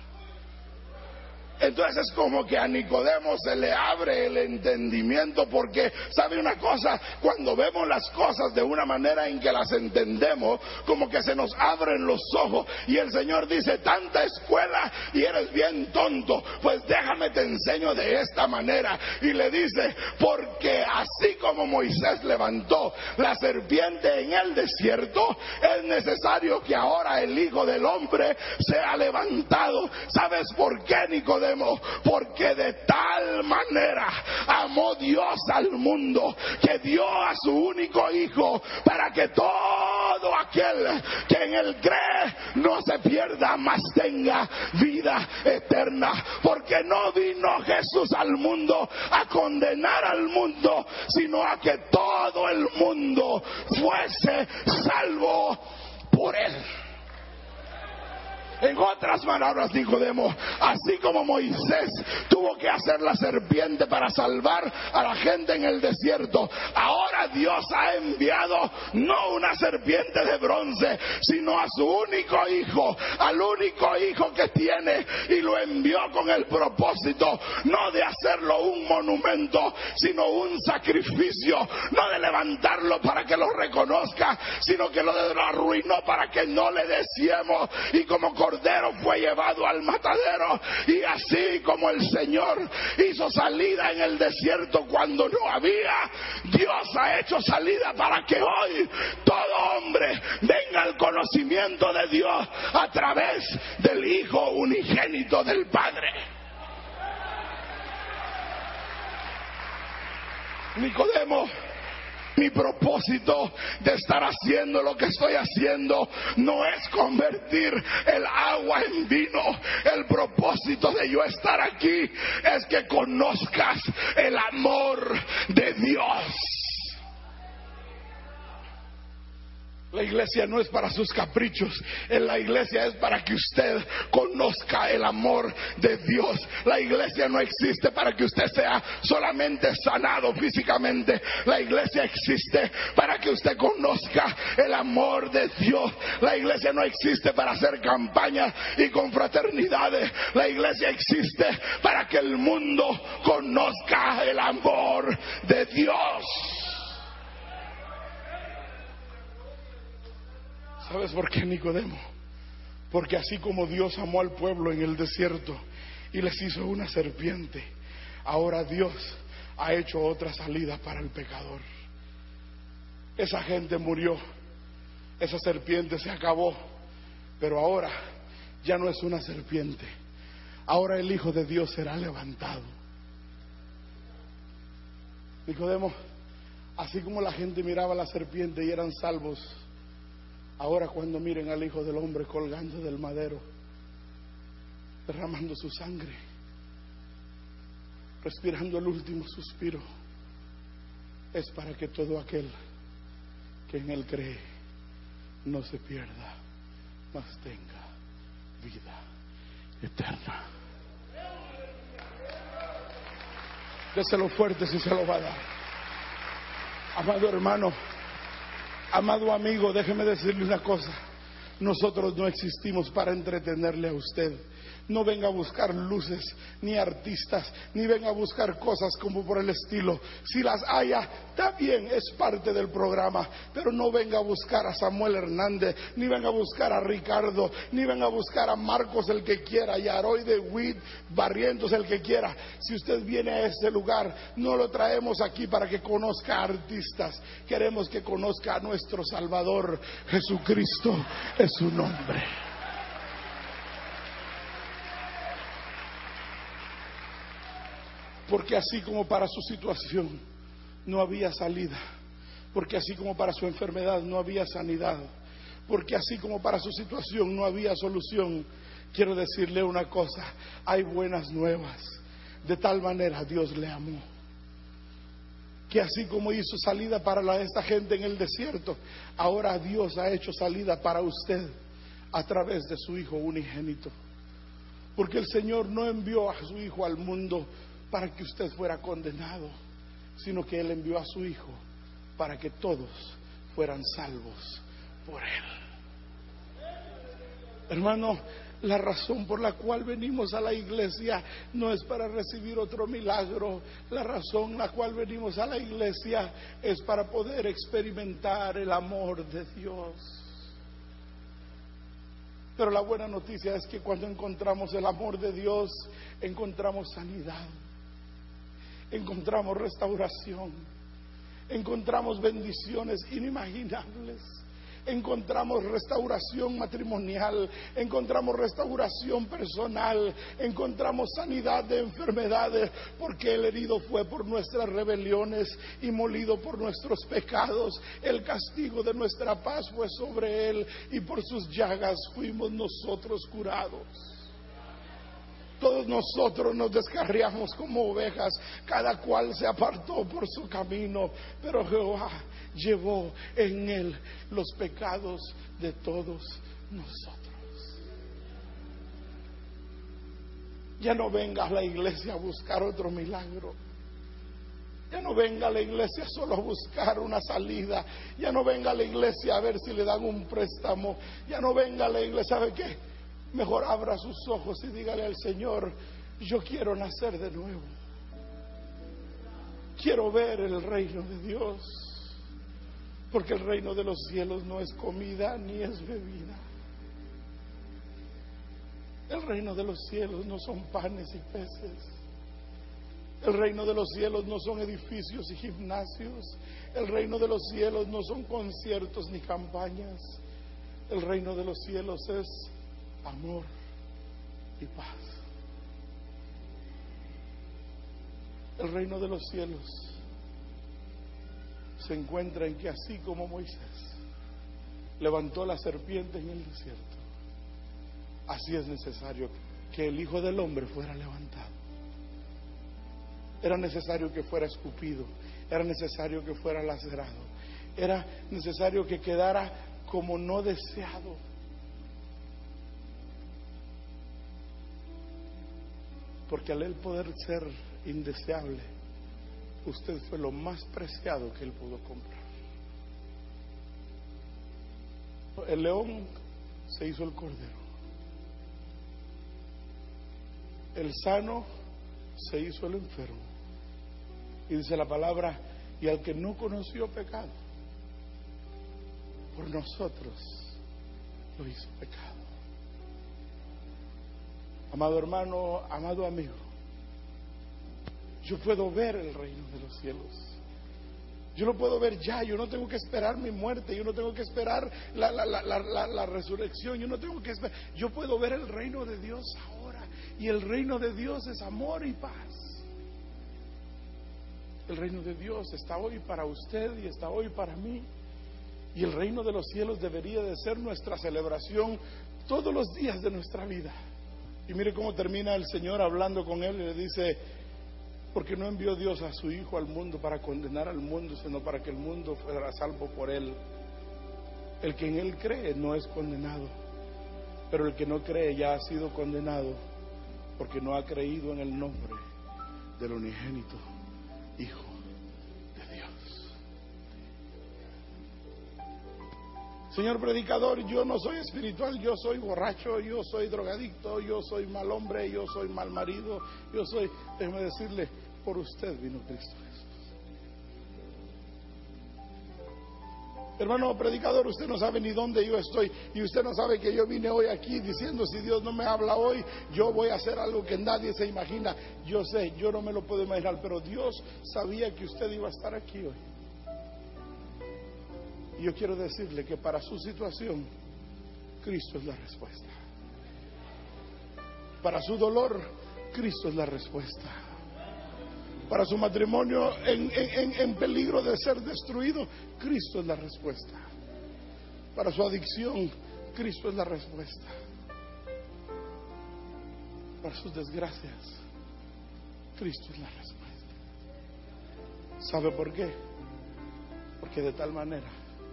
Entonces es como que a Nicodemo se le abre el entendimiento, porque sabe una cosa, cuando vemos las cosas de una manera en que las entendemos, como que se nos abren los ojos y el Señor dice: tanta escuela y eres bien tonto, pues déjame te enseño de esta manera. Y le dice: porque así como Moisés levantó la serpiente en el desierto, es necesario que ahora el Hijo del Hombre sea levantado. ¿Sabes por qué, Nicodemo? Porque de tal manera amó Dios al mundo, que dio a su único Hijo, para que todo aquel que en él cree no se pierda, mas tenga vida eterna. Porque no vino Jesús al mundo a condenar al mundo, sino a que todo el mundo fuese salvo por él. En otras palabras, Nicodemo, así como Moisés tuvo que hacer la serpiente para salvar a la gente en el desierto, ahora Dios ha enviado no una serpiente de bronce, sino a su único Hijo, al único Hijo que tiene, y lo envió con el propósito no de hacerlo un monumento, sino un sacrificio, no de levantarlo para que lo reconozca, sino que lo arruinó para que no le deseemos, y como cordero fue llevado al matadero. Y así como el Señor hizo salida en el desierto cuando no había, Dios ha hecho salida para que hoy todo hombre venga al conocimiento de Dios a través del Hijo unigénito del Padre. Nicodemo, mi propósito de estar haciendo lo que estoy haciendo no es convertir el agua en vino. El propósito de yo estar aquí es que conozcas el amor de Dios. La iglesia no es para sus caprichos. En la iglesia es para que usted conozca el amor de Dios. La iglesia no existe para que usted sea solamente sanado físicamente. La iglesia existe para que usted conozca el amor de Dios. La iglesia no existe para hacer campañas y confraternidades. La iglesia existe para que el mundo conozca el amor de Dios. ¿Sabes por qué, Nicodemo? Porque así como Dios amó al pueblo en el desierto y les hizo una serpiente, ahora Dios ha hecho otra salida para el pecador. Esa gente murió, esa serpiente se acabó, pero ahora ya no es una serpiente. Ahora el Hijo de Dios será levantado. Nicodemo, así como la gente miraba a la serpiente y eran salvos, ahora cuando miren al Hijo del Hombre colgando del madero, derramando su sangre, respirando el último suspiro, es para que todo aquel que en Él cree no se pierda, mas tenga vida eterna. Déselo fuerte si se lo va a dar. Amado hermano, amado amigo, déjeme decirle una cosa. Nosotros no existimos para entretenerle a usted. No venga a buscar luces, ni artistas, ni venga a buscar cosas como por el estilo. Si las haya, está bien, es parte del programa. Pero no venga a buscar a Samuel Hernández, ni venga a buscar a Ricardo, ni venga a buscar a Marcos el que quiera, y a Aroy de Witt, Barrientos el que quiera. Si usted viene a este lugar, no lo traemos aquí para que conozca a artistas. Queremos que conozca a nuestro Salvador. Jesucristo es su nombre. Porque así como para su situación no había salida, porque así como para su enfermedad no había sanidad, porque así como para su situación no había solución, quiero decirle una cosa: hay buenas nuevas. De tal manera Dios le amó, que así como hizo salida para la, esta gente en el desierto, ahora Dios ha hecho salida para usted a través de su Hijo unigénito. Porque el Señor no envió a su Hijo al mundo para que usted fuera condenado, sino que Él envió a su Hijo para que todos fueran salvos por Él. Hermano, la razón por la cual venimos a la iglesia no es para recibir otro milagro. La razón la cual venimos a la iglesia es para poder experimentar el amor de Dios. Pero la buena noticia es que cuando encontramos el amor de Dios, encontramos sanidad, encontramos restauración, encontramos bendiciones inimaginables, encontramos restauración matrimonial, encontramos restauración personal, encontramos sanidad de enfermedades, porque el herido fue por nuestras rebeliones y molido por nuestros pecados. El castigo de nuestra paz fue sobre Él, y por sus llagas fuimos nosotros curados. Todos nosotros nos descarriamos como ovejas, cada cual se apartó por su camino, pero Jehová llevó en Él los pecados de todos nosotros. Ya no venga a la iglesia a buscar otro milagro. Ya no venga a la iglesia solo a buscar una salida. Ya no venga a la iglesia a ver si le dan un préstamo. Ya no venga a la iglesia, ¿sabe qué? Mejor abra sus ojos y dígale al Señor: yo quiero nacer de nuevo. Quiero ver el reino de Dios. Porque el reino de los cielos no es comida ni es bebida. El reino de los cielos no son panes y peces. El reino de los cielos no son edificios y gimnasios. El reino de los cielos no son conciertos ni campañas. El reino de los cielos es amor y paz. El reino de los cielos se encuentra en que así como Moisés levantó la serpiente en el desierto, así es necesario que el Hijo del Hombre fuera levantado. Era necesario que fuera escupido, era necesario que fuera lacerado, era necesario que quedara como no deseado. Porque al Él poder ser indeseable, usted fue lo más preciado que Él pudo comprar. El león se hizo el cordero. El sano se hizo el enfermo. Y dice la palabra: y al que no conoció pecado, por nosotros lo hizo pecado. Amado hermano, amado amigo, yo puedo ver el reino de los cielos. Yo lo puedo ver ya. Yo no tengo que esperar mi muerte. Yo no tengo que esperar la, la, la, la, la, la resurrección. Yo no tengo que esperar. Yo puedo ver el reino de Dios ahora. Y el reino de Dios es amor y paz. El reino de Dios está hoy para usted y está hoy para mí. Y el reino de los cielos debería de ser nuestra celebración todos los días de nuestra vida. Y mire cómo termina el Señor hablando con él y le dice: Porque no envió Dios a su Hijo al mundo para condenar al mundo, sino para que el mundo fuera salvo por Él. El que en Él cree no es condenado, pero el que no cree ya ha sido condenado porque no ha creído en el nombre del unigénito Hijo de Dios. Señor predicador, yo no soy espiritual, yo soy borracho, yo soy drogadicto, yo soy mal hombre, yo soy mal marido, yo soy... Déjeme decirle, por usted vino Cristo Jesús. Hermano predicador, usted no sabe ni dónde yo estoy y usted no sabe que yo vine hoy aquí diciendo, si Dios no me habla hoy, yo voy a hacer algo que nadie se imagina. Yo sé, yo no me lo puedo imaginar, pero Dios sabía que usted iba a estar aquí hoy. Y yo quiero decirle que para su situación, Cristo es la respuesta. Para su dolor, Cristo es la respuesta. Para su matrimonio en, en, en peligro de ser destruido, Cristo es la respuesta. Para su adicción, Cristo es la respuesta. Para sus desgracias, Cristo es la respuesta. ¿Sabe por qué? Porque de tal manera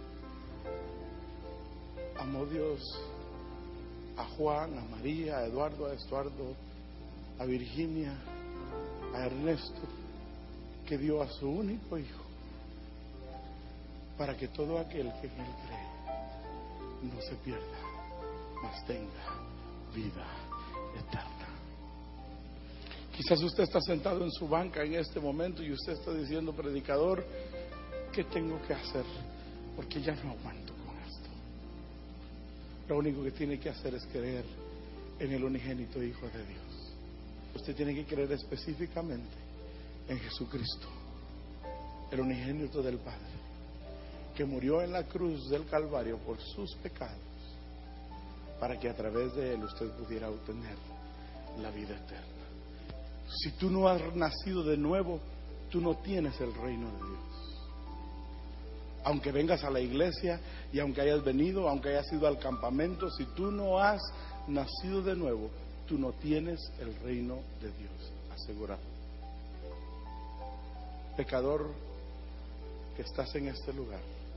amó Dios a Juan, a María, a Eduardo, a Estuardo, a Virginia, a Ernesto, que dio a su único Hijo, para que todo aquel que en Él cree no se pierda, mas tenga vida eterna. Quizás usted está sentado en su banca en este momento y usted está diciendo, predicador, ¿qué tengo que hacer? Porque ya no aguanto con esto. Lo único que tiene que hacer es creer en el unigénito Hijo de Dios. Usted tiene que creer específicamente en Jesucristo, el unigénito del Padre, que murió en la cruz del Calvario por sus pecados, para que a través de Él usted pudiera obtener la vida eterna. Si tú no has nacido de nuevo, tú no tienes el reino de Dios. Aunque vengas a la iglesia y aunque hayas venido, aunque hayas ido al campamento, si tú no has nacido de nuevo, tú no tienes el reino de Dios asegurado. Pecador que estás en este lugar,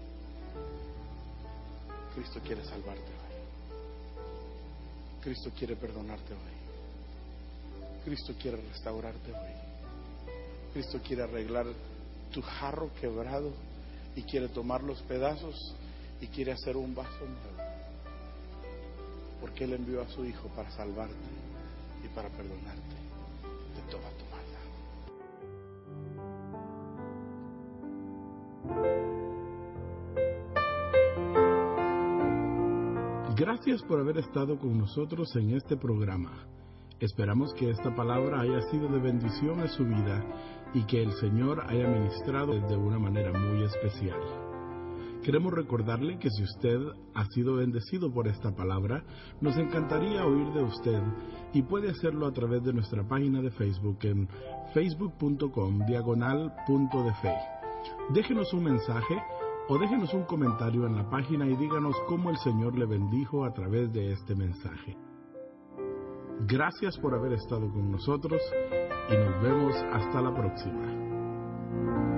Cristo quiere salvarte hoy. Cristo quiere perdonarte hoy. Cristo quiere restaurarte hoy. Cristo quiere arreglar tu jarro quebrado y quiere tomar los pedazos y quiere hacer un vaso nuevo. Porque Él envió a su Hijo para salvarte y para perdonarte de toda tu maldad. Gracias por haber estado con nosotros en este programa. Esperamos que esta palabra haya sido de bendición a su vida y que el Señor haya ministrado de una manera muy especial. Queremos recordarle que si usted ha sido bendecido por esta palabra, nos encantaría oír de usted y puede hacerlo a través de nuestra página de Facebook en facebook punto com diagonal punto de fe. Déjenos un mensaje o déjenos un comentario en la página y díganos cómo el Señor le bendijo a través de este mensaje. Gracias por haber estado con nosotros y nos vemos hasta la próxima.